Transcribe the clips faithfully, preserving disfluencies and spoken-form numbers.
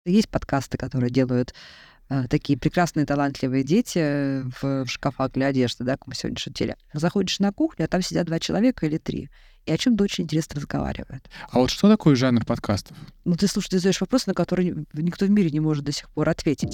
Есть подкасты, которые делают э, такие прекрасные, талантливые дети в, в шкафах для одежды, да, как мы сегодня шутили. Заходишь на кухню, а там сидят два человека или три, и о чем-то очень интересно разговаривают. А вот что такое жанр подкастов? Ну, ты, слушай, ты задаешь вопрос, на который никто в мире не может до сих пор ответить.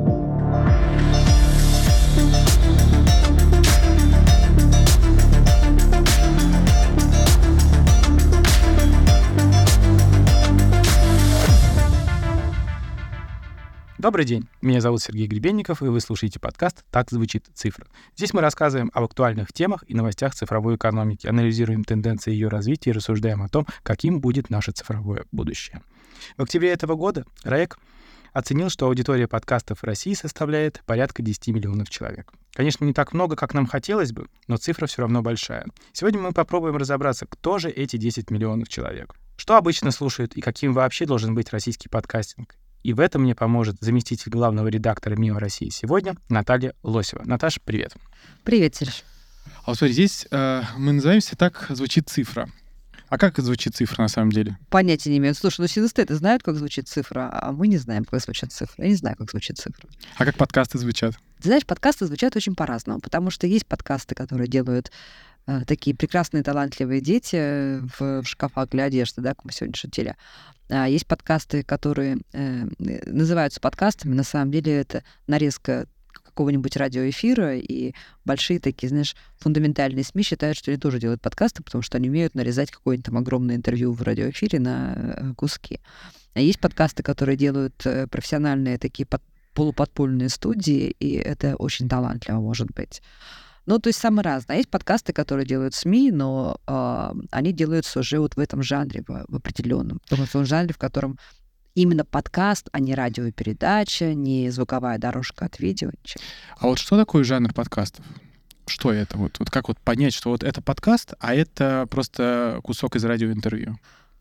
Добрый день, меня зовут Сергей Гребенников, и вы слушаете подкаст «Так звучит цифра». Здесь мы рассказываем об актуальных темах и новостях цифровой экономики, анализируем тенденции ее развития и рассуждаем о том, каким будет наше цифровое будущее. В октябре этого года РАЭК оценил, что аудитория подкастов в России составляет порядка десять миллионов человек. Конечно, не так много, как нам хотелось бы, но цифра все равно большая. Сегодня мы попробуем разобраться, кто же эти десять миллионов человек. Что обычно слушают и каким вообще должен быть российский подкастинг. И в этом мне поможет заместитель главного редактора МИО России сегодня Наталья Лосева. Наташа, привет. Привет, Сереж. А вот смотри, здесь э, мы называемся «Так звучит цифра». А как звучит цифра на самом деле? Понятия не имею. Слушай, ну синестеты знают, как звучит цифра, а мы не знаем, как звучит цифра. Я не знаю, как звучит цифра. А как подкасты звучат? Ты знаешь, подкасты звучат очень по-разному, потому что есть подкасты, которые делают э, такие прекрасные, талантливые дети в, в шкафах для одежды, да, как мы сегодня шутили. А есть подкасты, которые э, называются подкастами, на самом деле это нарезка какого-нибудь радиоэфира, и большие такие, знаешь, фундаментальные СМИ считают, что они тоже делают подкасты, потому что они умеют нарезать какое-нибудь там огромное интервью в радиоэфире на куски. А есть подкасты, которые делают профессиональные такие под, полуподпольные студии, и это очень талантливо может быть. Ну, то есть самые разные. А есть подкасты, которые делают СМИ, но э, они делаются уже вот в этом жанре, в, в определенном. В том жанре, в котором именно подкаст, а не радиопередача, не звуковая дорожка от видео. Ничего. А вот что такое жанр подкастов? Что это? Вот, вот как вот понять, что вот это подкаст, а это просто кусок из радиоинтервью?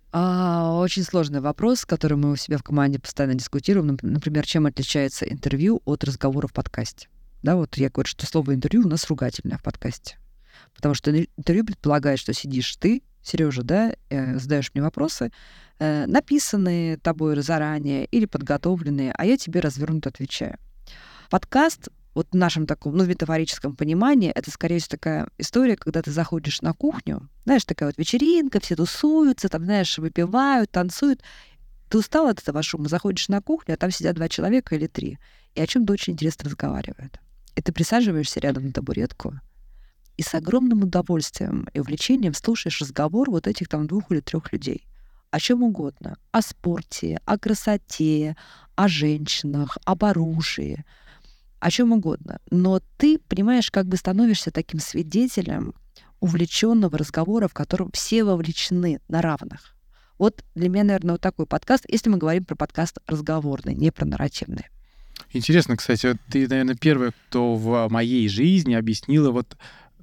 А, очень сложный вопрос, который мы у себя в команде постоянно дискутируем. Например, чем отличается интервью от разговора в подкасте? Да, вот я говорю, что слово «интервью» у нас ругательное в подкасте. Потому что интервью предполагает, что сидишь ты, Сережа, да, э, задаешь мне вопросы, э, написанные тобой заранее или подготовленные, а я тебе развернуто отвечаю. Подкаст, вот в нашем таком, ну, метафорическом понимании, это, скорее всего, такая история, когда ты заходишь на кухню, знаешь, такая вот вечеринка, все тусуются, там, знаешь, выпивают, танцуют. Ты устал от этого шума, заходишь на кухню, а там сидят два человека или три, и о чем-то очень интересно разговаривают. И ты присаживаешься рядом на табуретку и с огромным удовольствием и увлечением слушаешь разговор вот этих там двух или трех людей. О чем угодно. О спорте, о красоте, о женщинах, об оружии, о чем угодно. Но ты, понимаешь, как бы становишься таким свидетелем увлеченного разговора, в котором все вовлечены на равных. Вот для меня, наверное, вот такой подкаст, если мы говорим про подкаст разговорный, не про нарративный. Интересно, кстати, ты, наверное, первая, кто в моей жизни объяснила вот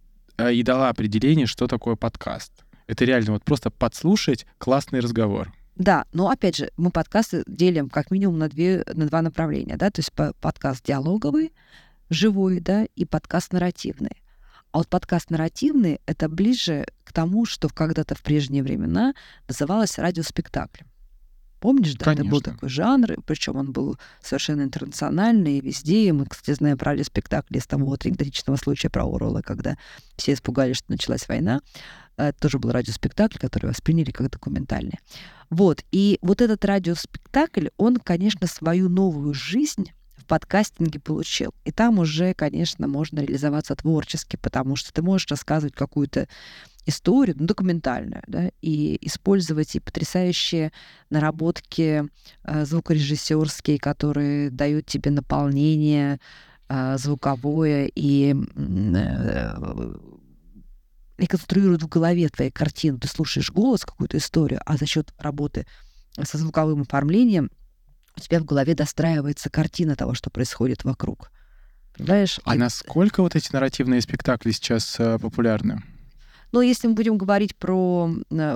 и дала определение, что такое подкаст. Это реально вот просто подслушать классный разговор. Да, но опять же, мы подкасты делим как минимум на, две, на два направления, да, то есть подкаст диалоговый, живой, да, и подкаст нарративный. А вот подкаст нарративный — это ближе к тому, что когда-то в прежние времена называлось радиоспектаклем. Помнишь, да, Конечно. Это был такой жанр, причем он был совершенно интернациональный, и везде. И мы, кстати, знаем про радиоспектакли из того вот анекдотичного случая про Оруэлла, когда все испугались, что началась война. Это тоже был радиоспектакль, который восприняли как документальный. Вот. И вот этот радиоспектакль, он, конечно, свою новую жизнь в подкастинге получил. И там уже, конечно, можно реализоваться творчески, потому что ты можешь рассказывать какую-то историю, ну, документальную, да, и использовать и потрясающие наработки э, звукорежиссерские, которые дают тебе наполнение э, звуковое и э, реконструируют в голове твою картину. Ты слушаешь голос, какую-то историю, а за счет работы со звуковым оформлением у тебя в голове достраивается картина того, что происходит вокруг. Понимаешь? А И... насколько вот эти нарративные спектакли сейчас э, популярны? Но если мы будем говорить про,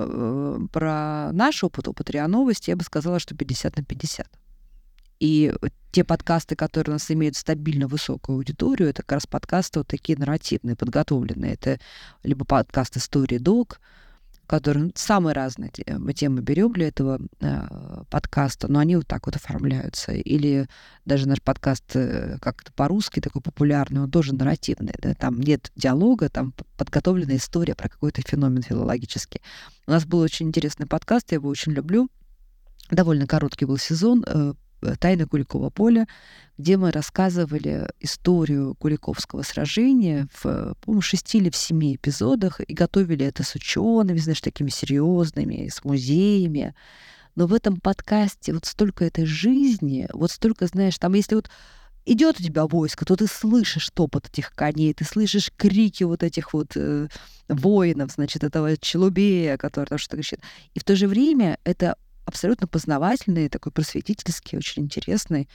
про наш опыт, опыт РИА Новости, я бы сказала, что пятьдесят на пятьдесят. И те подкасты, которые у нас имеют стабильно высокую аудиторию, это как раз подкасты вот такие нарративные, подготовленные. Это либо подкаст «История Док», которые самые разные темы, темы берем для этого э, подкаста, но они вот так вот оформляются. Или даже наш подкаст э, как-то по-русски такой популярный, он тоже нарративный. Да? Там нет диалога, там подготовлена история про какой-то феномен филологический. У нас был очень интересный подкаст, я его очень люблю. Довольно короткий был сезон э, «Тайны Куликового поля», где мы рассказывали историю Куликовского сражения в, по-моему, шести или в семи эпизодах и готовили это с учеными, знаешь, такими серьезными, с музеями. Но в этом подкасте вот столько этой жизни, вот столько, знаешь, там, если вот идет у тебя войско, то ты слышишь топот этих коней, ты слышишь крики вот этих вот э, воинов, значит, этого Челубея, который там что-то кричит. И в то же время это абсолютно познавательный, такой просветительский, очень интересный,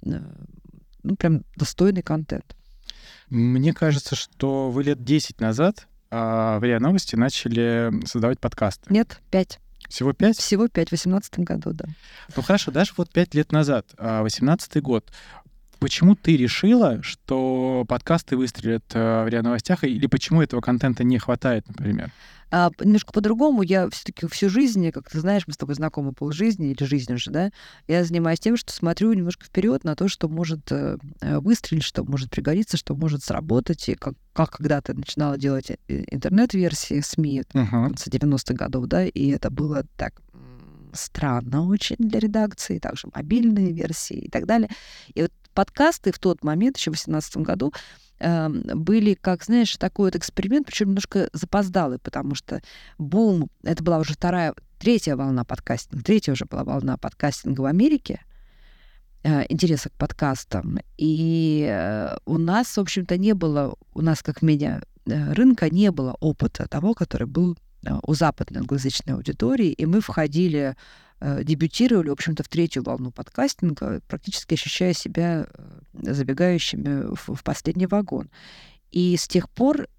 ну, прям достойный контент. Мне кажется, что вы лет десять назад а, в РИА Новости начали создавать подкасты. Нет, пять. Всего пять? Всего пять, в восемнадцатом году, да. Ну хорошо, даже вот пять лет назад, восемнадцатый год, почему ты решила, что подкасты выстрелят в РИА Новостях, или почему этого контента не хватает, например? А, немножко по-другому. Я все-таки всю жизнь, как ты знаешь, мы с тобой знакомы полжизни или жизнь уже, да, я занимаюсь тем, что смотрю немножко вперед на то, что может э, выстрелить, что может пригодиться, что может сработать. И как, как когда-то начинала делать интернет-версии СМИ uh-huh. с девяностых годов, да, и это было так странно очень для редакции, также мобильные версии и так далее. И вот подкасты в тот момент, еще в восемнадцатом году, были, как, знаешь, такой вот эксперимент, причем немножко запоздалый, потому что бум, это была уже вторая, третья волна подкастинга, третья уже была волна подкастинга в Америке, интереса к подкастам. И у нас, в общем-то, не было, у нас как медиа рынка не было опыта того, который был у западной англоязычной аудитории, и мы входили, дебютировали, в общем-то, в третью волну подкастинга, практически ощущая себя забегающими в, в последний вагон. И с тех пор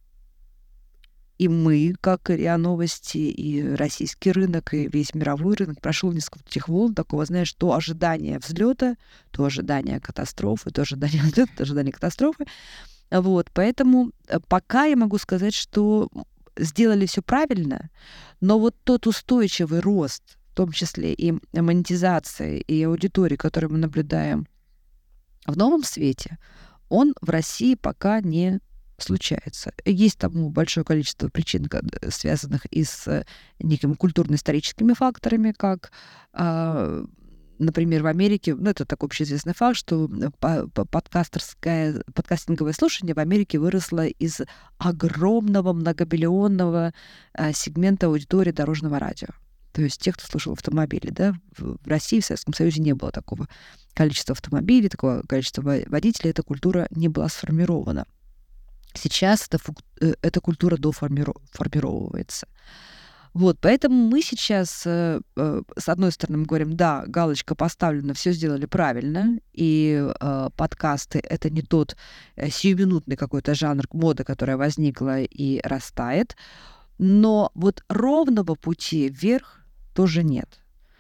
и мы, как и РИА Новости, и российский рынок, и весь мировой рынок прошел несколько этих волн, такого, знаешь, то ожидание взлета, то ожидание катастрофы, то ожидание взлета, то ожидание катастрофы. Вот, поэтому пока я могу сказать, что сделали все правильно, но вот тот устойчивый рост, в том числе и монетизации, и аудитории, которую мы наблюдаем в новом свете, он в России пока не случается. Есть тому большое количество причин, связанных и с некими культурно-историческими факторами, как, например, в Америке, ну, это такой общеизвестный факт, что подкастерское, подкастинговое слушание в Америке выросло из огромного многомиллионного сегмента аудитории дорожного радио. То есть тех, кто слушал автомобили, да, в России, в Советском Союзе не было такого количества автомобилей, такого количества водителей, эта культура не была сформирована. Сейчас эта, эта культура доформировывается. Вот, поэтому мы сейчас, с одной стороны, мы говорим, да, галочка поставлена, все сделали правильно, и э, подкасты — это не тот сиюминутный какой-то жанр моды, которая возникла и растает, но вот ровного пути вверх тоже нет.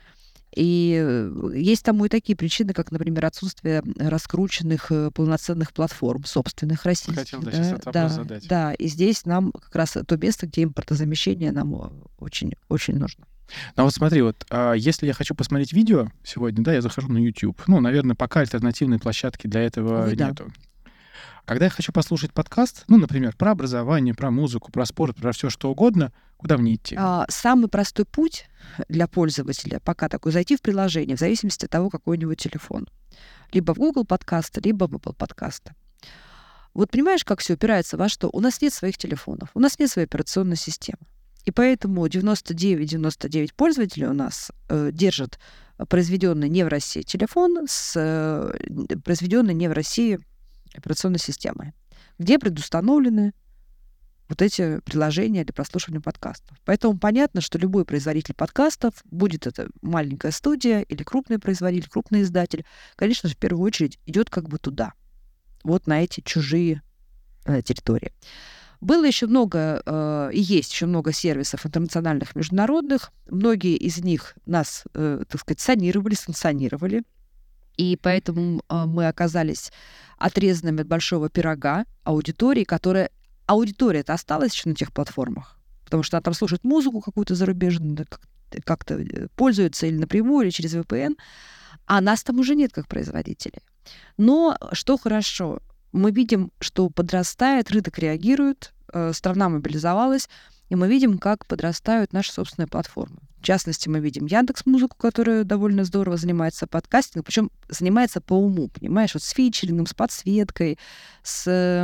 И есть тому и такие причины, как, например, отсутствие раскрученных полноценных платформ собственных российских. Хотел, да, да, сейчас этот вопрос да, задать. Да, и здесь нам как раз то место, где импортозамещение нам очень, очень нужно. Ну вот смотри, вот а, если я хочу посмотреть видео сегодня, да, я захожу на YouTube. Ну, наверное, пока альтернативной площадки для этого Ой, нету. Да. Когда я хочу послушать подкаст, ну, например, про образование, про музыку, про спорт, про все что угодно, куда мне идти? А, самый простой путь для пользователя пока такой — зайти в приложение, в зависимости от того, какой у него телефон. Либо в Google подкасты, либо в Apple подкасты. Вот понимаешь, как все упирается во что? У нас нет своих телефонов, у нас нет своей операционной системы. И поэтому девяносто девять девяносто девять пользователей у нас э, держат произведенный не в России телефон с э, произведенной не в России операционной системой, где предустановлены вот эти приложения для прослушивания подкастов. Поэтому понятно, что любой производитель подкастов, будет это маленькая студия или крупный производитель, крупный издатель, конечно же, в первую очередь идет как бы туда, вот на эти чужие э, территории. Было еще много, э, и есть еще много сервисов интернациональных, международных. Многие из них нас, э, так сказать, санировали, санкционировали. И поэтому э, мы оказались отрезанными от большого пирога аудитории, которая... Аудитория-то осталась еще на тех платформах. потому что она там слушает музыку какую-то зарубежную, да, как- как-то э, пользуется или напрямую, или через ви пи эн, а нас там уже нет как производителей. Но что хорошо, мы видим, что подрастает, рынок реагирует, э, страна мобилизовалась, и мы видим, как подрастают наши собственные платформы. В частности, мы видим Яндекс.Музыку, которая довольно здорово занимается подкастингом, причем занимается по уму, понимаешь, вот с фичерингом, с подсветкой, с,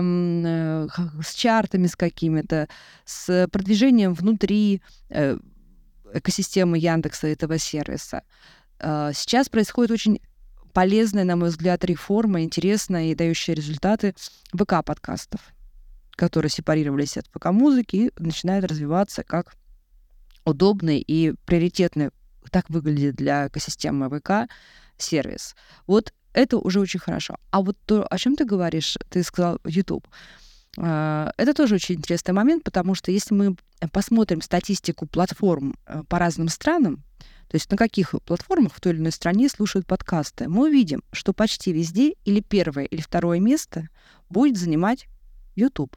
э, с чартами с какими-то, с продвижением внутри э, экосистемы Яндекса, этого сервиса. Э, сейчас происходит очень полезная, на мой взгляд, реформа, интересная и дающая результаты вэ ка-подкастов, которые сепарировались от вэ ка-музыки и начинают развиваться как удобный и приоритетный, так выглядит для экосистемы вэ ка, сервис. Вот это уже очень хорошо. А вот то, о чем ты говоришь, ты сказал YouTube. Это тоже очень интересный момент, потому что если мы посмотрим статистику платформ по разным странам, то есть на каких платформах в той или иной стране слушают подкасты, мы увидим, что почти везде или первое, или второе место будет занимать YouTube.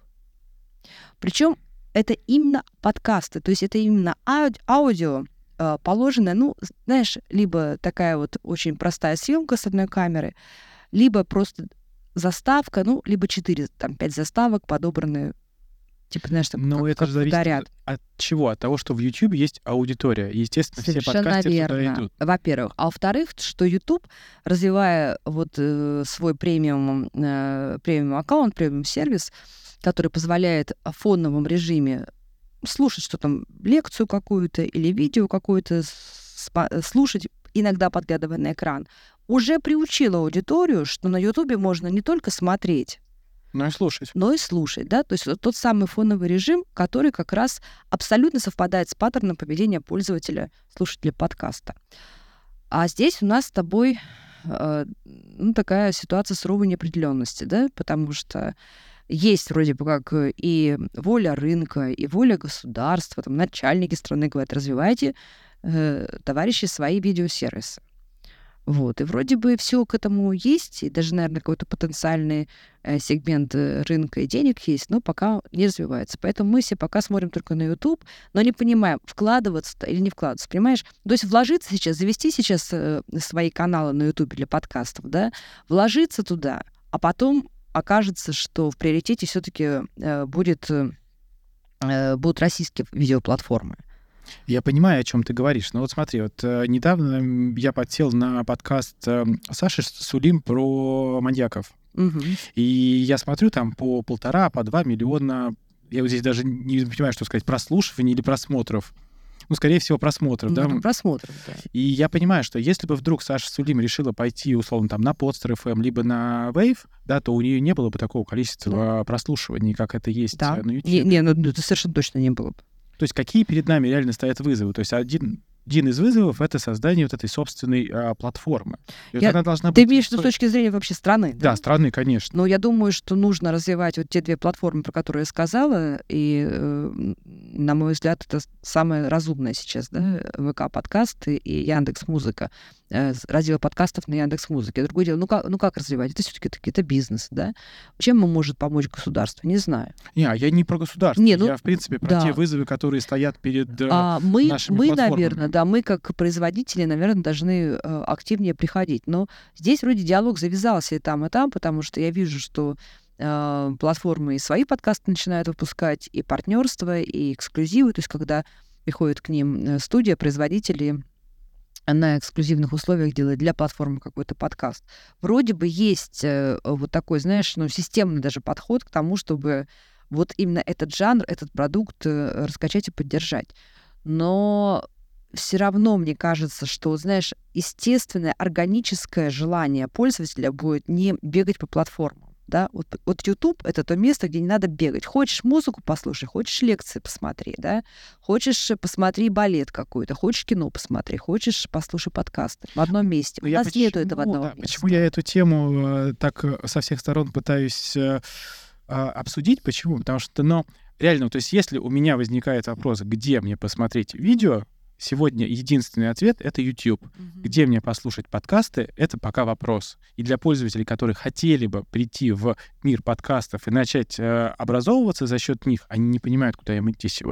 Причем это именно подкасты, то есть это именно ауди- аудио, э, положенное, ну, знаешь, либо такая вот очень простая съемка с одной камеры, либо просто заставка, ну, либо четыре, там, пять заставок, подобранные, типа, знаешь, там, Ну, как, это как же зависит фоторяд. от чего? От того, что в YouTube есть аудитория. Естественно, все Совершенно подкасты туда верно. идут. Во-первых. А во-вторых, что YouTube, развивая вот э, свой премиум, э, премиум аккаунт, премиум сервис, который позволяет в фоновом режиме слушать что там, лекцию какую-то или видео какое-то, спа- слушать, иногда подглядывая на экран, уже приучил аудиторию, что на YouTube можно не только смотреть, Ну и слушать. но и слушать, да, то есть вот тот самый фоновый режим, который как раз абсолютно совпадает с паттерном поведения пользователя, слушателя подкаста. А здесь у нас с тобой э, ну, такая ситуация суровой неопределенности, да, потому что есть вроде бы как и воля рынка, и воля государства, там начальники страны говорят, развивайте, э, товарищи, свои видеосервисы. Вот. И вроде бы все к этому есть, и даже, наверное, какой-то потенциальный э, сегмент э, рынка и денег есть, но пока не развивается. Поэтому мы все пока смотрим только на YouTube, но не понимаем, вкладываться или не вкладываться, понимаешь? То есть вложиться сейчас, завести сейчас э, свои каналы на YouTube для подкастов, да, вложиться туда, а потом окажется, что в приоритете все-таки э, будет, э, будут российские видеоплатформы. Я понимаю, о чем ты говоришь. Но вот смотри, вот э, недавно я подсел на подкаст э, Саши Сулим про маньяков. Угу. И я смотрю, там по полтора, по два миллиона, я вот здесь даже не понимаю, что сказать, прослушиваний или просмотров. Ну, скорее всего, просмотров, да? Ну, просмотров, да. И я понимаю, что если бы вдруг Саша Сулим решила пойти, условно, там, на Podster эф эм, либо на Wave, да, то у нее не было бы такого количества Да. прослушиваний, как это есть Да. э, на YouTube. Не, не, ну это совершенно точно не было бы. То есть какие перед нами реально стоят вызовы? То есть один, один из вызовов — это создание вот этой собственной а, платформы. И вот Я- она должна Ты быть... имеешь в виду с точки зрения вообще страны, да? Да, страны, конечно. Но я думаю, что нужно развивать вот те две платформы, про которые я сказала, и, э, на мой взгляд, это самое разумное сейчас, да, вэ ка-подкасты и Яндекс.Музыка, э, раздел подкастов на Яндекс.Музыке. Другое дело, ну как, ну как развивать? Это все-таки какие-то бизнес, да? Чем ему может помочь государство? Не знаю. Не, а я не про государство. Не, ну, я, в принципе, про да. те вызовы, которые стоят перед э, А мы, нашими мы, платформами. наверное, да, мы как производители, наверное, должны э, активнее приходить. Но здесь вроде диалог завязался и там, и там, потому что я вижу, что э, платформы и свои подкасты начинают выпускать, и партнерство, и эксклюзивы. То есть когда приходит к ним э, студия, производители на эксклюзивных условиях делает для платформы какой-то подкаст. Вроде бы есть э, вот такой, знаешь, ну, системный даже подход к тому, чтобы вот именно этот жанр, этот продукт э, раскачать и поддержать. Но все равно мне кажется, что, знаешь, естественное, органическое желание пользователя будет не бегать по платформам. Да? Вот, вот YouTube — это то место, где не надо бегать. Хочешь музыку послушай, хочешь лекции посмотри, да? Хочешь посмотри балет какой-то, хочешь кино посмотри, хочешь послушай подкасты в одном месте. Ну, У я нас нету почему, этого одного да, места. Почему я эту тему э, так э, со всех сторон пытаюсь э, э, обсудить? Почему? Потому что, ну, реально, то есть если у меня возникает вопрос, где мне посмотреть видео, сегодня единственный ответ — это YouTube. Мгм. Где мне послушать подкасты — это пока вопрос. И для пользователей, которые хотели бы прийти в мир подкастов и начать э, образовываться за счет них, они не понимают, куда им идти сегодня.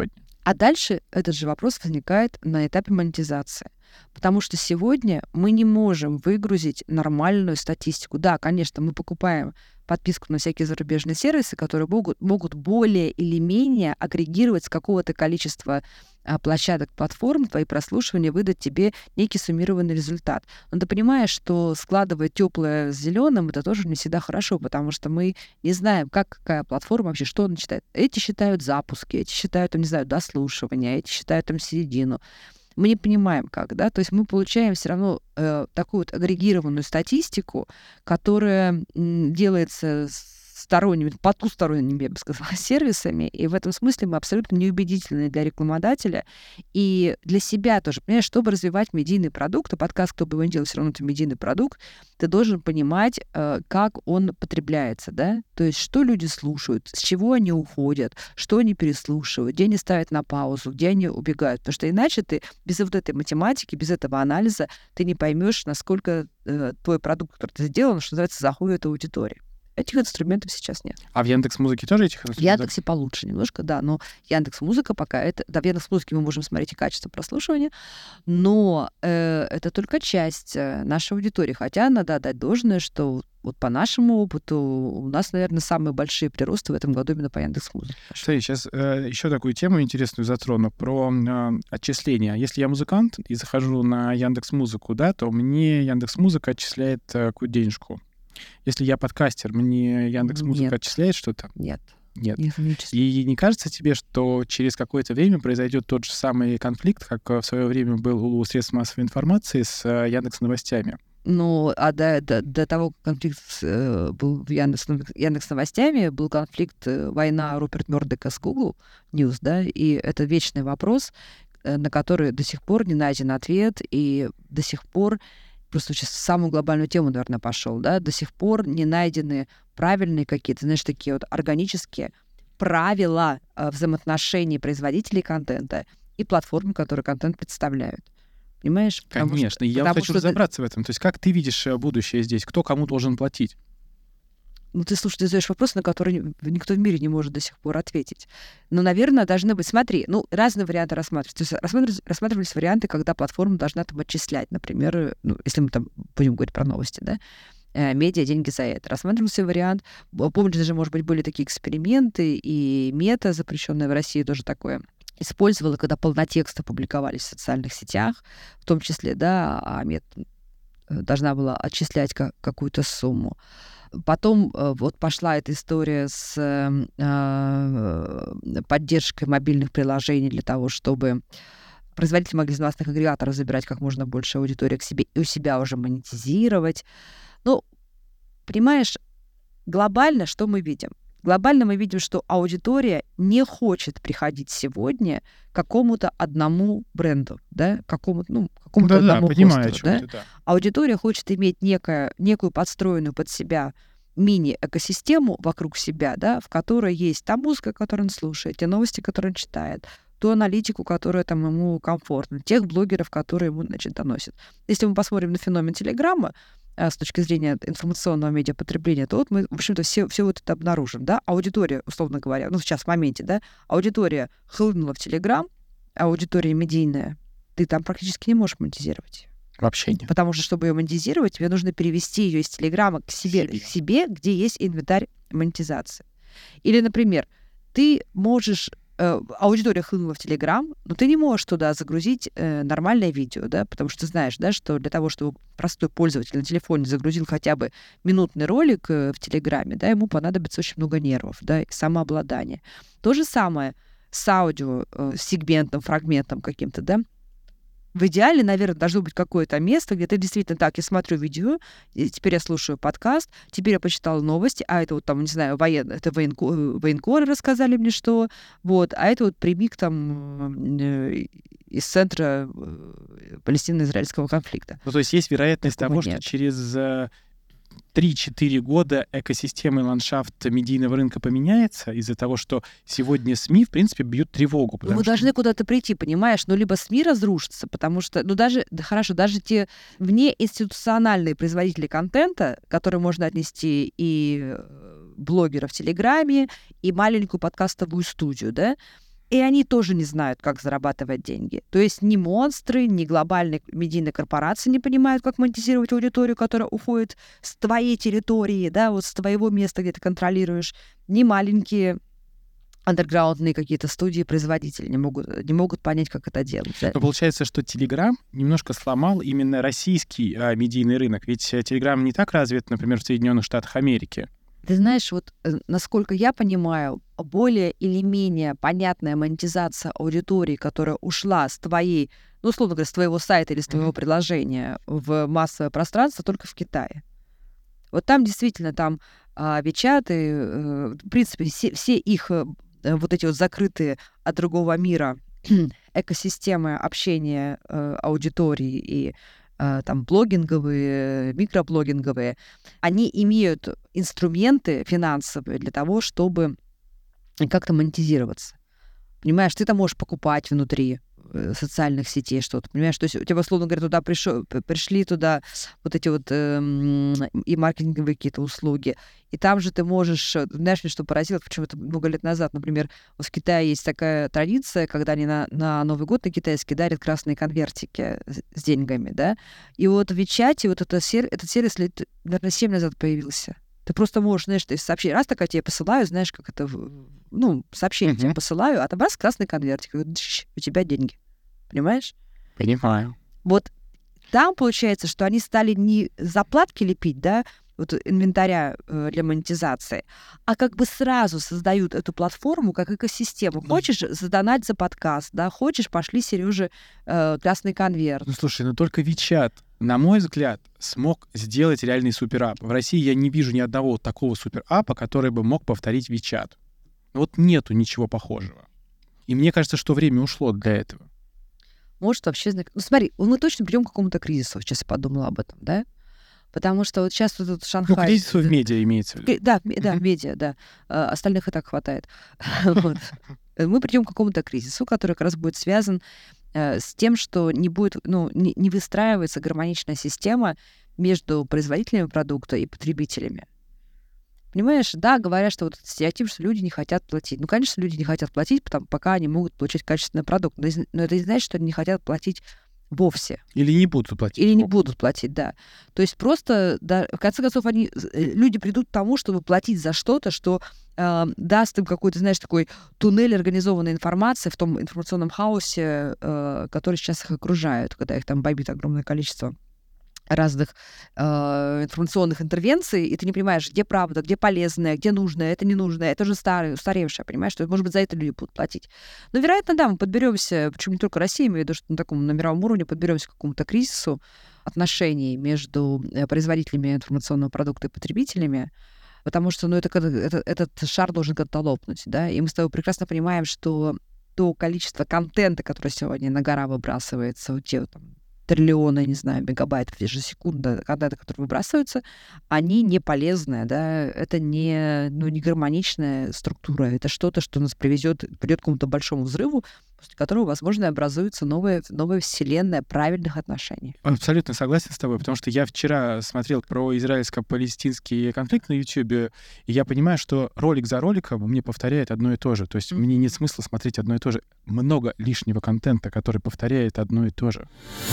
А дальше этот же вопрос возникает на этапе монетизации. Потому что сегодня мы не можем выгрузить нормальную статистику. Да, конечно, мы покупаем подписку на всякие зарубежные сервисы, которые могут, могут более или менее агрегировать с какого-то количества а, площадок, платформ твои прослушивания, выдать тебе некий суммированный результат. Но ты понимаешь, что складывать теплое с зеленым, это тоже не всегда хорошо, потому что мы не знаем, как какая платформа вообще, что она считает. Эти считают запуски, эти считают, там, не знаю, дослушивание, эти считают там середину. Мы не понимаем, как, да, то есть мы получаем все равно э, такую вот агрегированную статистику, которая м, делается сторонними, потусторонними, я бы сказала, сервисами, и в этом смысле мы абсолютно неубедительны для рекламодателя и для себя тоже. Понимаешь, чтобы развивать медийный продукт, а подкаст, кто бы его ни делал, все равно это медийный продукт, ты должен понимать, э, как он потребляется, да, то есть что люди слушают, с чего они уходят, что они переслушивают, где они ставят на паузу, где они убегают, потому что иначе ты без вот этой математики, без этого анализа ты не поймешь, насколько э, твой продукт, который ты сделал, что называется, заходит в аудиторию. Этих инструментов сейчас нет. А в Яндекс.Музыке тоже этих инструментов? В Яндексе получше немножко, да, но Яндекс.Музыка пока это... Да, в Яндекс.Музыке мы можем смотреть и качество прослушивания, но э, это только часть нашей аудитории. Хотя надо отдать должное, что вот по нашему опыту у нас, наверное, самые большие приросты в этом году именно по Яндекс.Музыке. Смотри, сейчас э, еще такую тему интересную затрону про э, отчисления. Если я музыкант и захожу на Яндекс.Музыку, да, то мне Яндекс.Музыка отчисляет э, какую-то денежку. Если я подкастер, мне Яндекс.Музыка отчисляет что-то? Нет. Нет. Нет, не и не кажется тебе, что через какое-то время произойдет тот же самый конфликт, как в свое время был у средств массовой информации с э, Яндекс.Новостями? Ну, а до, до, до того, как конфликт э, был в Яндекс, Яндекс.Новостями, был конфликт, э, война Руперта Мёрдока с Google News, да, и это вечный вопрос, э, на который до сих пор не найден ответ, и до сих пор просто сейчас в самую глобальную тему, наверное, пошел, да, до сих пор не найдены правильные какие-то, знаешь, такие вот органические правила э, взаимоотношений производителей контента и платформ, которые контент представляют. Понимаешь? Потому Конечно, что, я хочу разобраться ты... в этом. То есть как ты видишь будущее здесь? Кто кому должен платить? Ну, ты, слушай, ты задаешь вопрос, на который никто в мире не может до сих пор ответить. Но, наверное, должны быть... Смотри, ну, разные варианты рассматриваются. То есть рассматривались, рассматривались варианты, когда платформа должна там отчислять. Например, ну, если мы там будем говорить про новости, да, э, медиа деньги за это. Рассматривался вариант... Помните, даже, может быть, были такие эксперименты, и Мета, запрещенная в России, тоже такое использовала, когда полнотексты публиковались в социальных сетях, в том числе, да, а Мета должна была отчислять какую-то сумму. Потом вот пошла эта история с э, поддержкой мобильных приложений для того, чтобы производители могли из новостных агрегаторов забирать как можно больше аудитории к себе и у себя уже монетизировать. Ну, понимаешь, глобально что мы видим? Глобально мы видим, что аудитория не хочет приходить сегодня к какому-то одному бренду, да, к какому-то, ну, какому-то да, одному да, понимаю, хосту, да? да. Аудитория хочет иметь некое, некую подстроенную под себя мини-экосистему вокруг себя, да, в которой есть та музыка, которую он слушает, те новости, которые он читает, ту аналитику, которая там ему комфортна, тех блогеров, которые ему, значит, доносят. Если мы посмотрим на феномен Телеграма, с точки зрения информационного медиапотребления, то вот мы, в общем-то, все, все вот это обнаружим, да, аудитория, условно говоря, ну, сейчас в моменте, да, аудитория хлынула в Телеграм, аудитория медийная, ты там практически не можешь монетизировать. Вообще нет. Потому что, чтобы ее монетизировать, тебе нужно перевести ее из Телеграма к себе, себе. к себе, где есть инвентарь монетизации. Или, например, ты можешь... Э, аудитория хлынула в Телеграм, но ты не можешь туда загрузить э, нормальное видео, да, потому что ты знаешь, да, что для того, чтобы простой пользователь на телефоне загрузил хотя бы минутный ролик э, в Телеграме, да, ему понадобится очень много нервов, да, и самообладания. То же самое с аудио, э, сегментом, фрагментом каким-то, да. В идеале, наверное, должно быть какое-то место, где ты действительно так, я смотрю видео, теперь я слушаю подкаст, теперь я почитала новости, а это вот там, не знаю, воен... это военко... военкоры рассказали мне что, вот, а это вот прямик там из центра палестино-израильского конфликта. Ну, то есть есть вероятность Такого того, нет. что через три-четыре года экосистема и ландшафт медийного рынка поменяется из-за того, что сегодня СМИ, в принципе, бьют тревогу. Ну, мы что... должны куда-то прийти, понимаешь? Ну, либо СМИ разрушатся, потому что, ну, даже, да, хорошо, даже те внеинституциональные производители контента, которые можно отнести и блогера в Телеграме, и маленькую подкастовую студию, да, И они тоже не знают, как зарабатывать деньги. То есть ни монстры, ни глобальные медийные корпорации не понимают, как монетизировать аудиторию, которая уходит с твоей территории, да, вот с твоего места, где ты контролируешь, ни маленькие андерграундные какие-то студии, производители не могут, не могут понять, как это делать. Да? Но получается, что Telegram немножко сломал именно российский а, медийный рынок. Ведь Telegram не так развит, например, в Соединенных Штатах Америки. Ты знаешь, вот насколько я понимаю, более или менее понятная монетизация аудитории, которая ушла с твоей, ну, условно говоря, с твоего сайта или с твоего mm-hmm. приложения в массовое пространство только в Китае. Вот там действительно, там а, WeChat, и, э, в принципе, все, все их э, вот эти вот закрытые от другого мира экосистемы общения э, аудитории и там блогинговые, микроблогинговые, они имеют инструменты финансовые для того, чтобы как-то монетизироваться. Понимаешь, ты там можешь покупать внутри социальных сетей что-то, понимаешь? То есть у тебя, условно говоря, туда пришел, пришли туда вот эти вот э, и маркетинговые какие-то услуги, и там же ты можешь, знаешь, мне что поразило, почему-то много лет назад, например, вот в Китае есть такая традиция, когда они на, на Новый год на китайский дарят красные конвертики с, с деньгами, да, и вот в WeChat вот это, этот сервис лет, наверное, семь назад появился. Ты просто можешь, знаешь, ты сообщение, раз такая тебе посылаю, знаешь, как это, ну, сообщение uh-huh. тебе посылаю, а там раз красный конвертик, у тебя деньги. Понимаешь? Понимаю. Вот там получается, что они стали не заплатки лепить, да, вот инвентаря э, для монетизации, а как бы сразу создают эту платформу как экосистему. Ну, хочешь задонать за подкаст, да, хочешь, пошли, Серёже, э, красный конверт. Ну, слушай, ну только WeChat, на мой взгляд, смог сделать реальный суперап. В России я не вижу ни одного такого суперапа, который бы мог повторить WeChat. Вот нету ничего похожего. И мне кажется, что время ушло для этого. Может, вообще... Ну, смотри, мы точно придем к какому-то кризису. Сейчас я подумала об этом, да? Потому что вот сейчас вот тут Шанхай... Ну, кризис в медиа имеется в виду. Да, да, в медиа, да. Остальных и так хватает. Мы придем к какому-то кризису, который как раз будет связан с тем, что не будет, ну, не выстраивается гармоничная система между производителями продукта и потребителями. Понимаешь, да, говорят, что вот стереотип, что люди не хотят платить. Ну, конечно, люди не хотят платить, потому, пока они могут получить качественный продукт. Но, но это не значит, что они не хотят платить вовсе. Или не будут платить. Или не будут платить, да. То есть просто, да, в конце концов, они, люди придут к тому, чтобы платить за что-то, что э, даст им какой-то, знаешь, такой туннель организованной информации в том информационном хаосе, э, который сейчас их окружает, когда их там бомбит огромное количество разных э, информационных интервенций, и ты не понимаешь, где правда, где полезное, где нужное, это не нужное, это уже старое, устаревшее, понимаешь, что, может быть, за это люди будут платить. Но, вероятно, да, мы подберемся, причем не только Россия, имею в виду, что на таком на мировом уровне подберемся к какому-то кризису отношений между производителями информационного продукта и потребителями, потому что, ну, это, это, этот шар должен как-то лопнуть, да, и мы с тобой прекрасно понимаем, что то количество контента, которое сегодня на гора выбрасывается, вот те там триллионы, не знаю, мегабайтов ежесекундно контента, которые выбрасываются, они не полезные, да, это не, ну, не гармоничная структура, это что-то, что нас приведет, придет к какому-то большому взрыву, после которого, возможно, образуется новая, новая вселенная правильных отношений. Абсолютно согласен с тобой, потому что я вчера смотрел про израильско-палестинский конфликт на Ютьюбе, и я понимаю, что ролик за роликом мне повторяет одно и то же. То есть mm-hmm. мне нет смысла смотреть одно и то же. Много лишнего контента, который повторяет одно и то же.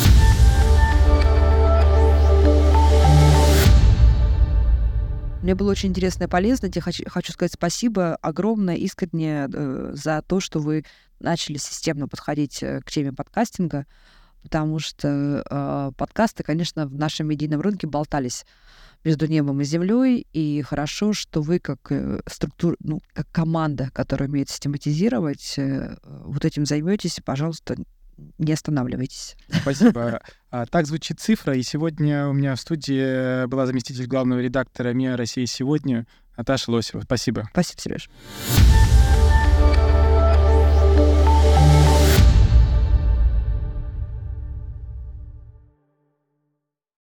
Мне было очень интересно и полезно. Я хочу, хочу сказать спасибо огромное, искренне э, за то, что вы начали системно подходить к теме подкастинга, потому что э, подкасты, конечно, в нашем медийном рынке болтались между небом и землей, и хорошо, что вы как э, структура, ну, как команда, которая умеет систематизировать, э, вот этим займетесь, пожалуйста, не останавливайтесь. Спасибо. А, так звучит цифра. И сегодня у меня в студии была заместитель главного редактора МИА «Россия сегодня» Наташа Лосева. Спасибо. Спасибо, Сереж.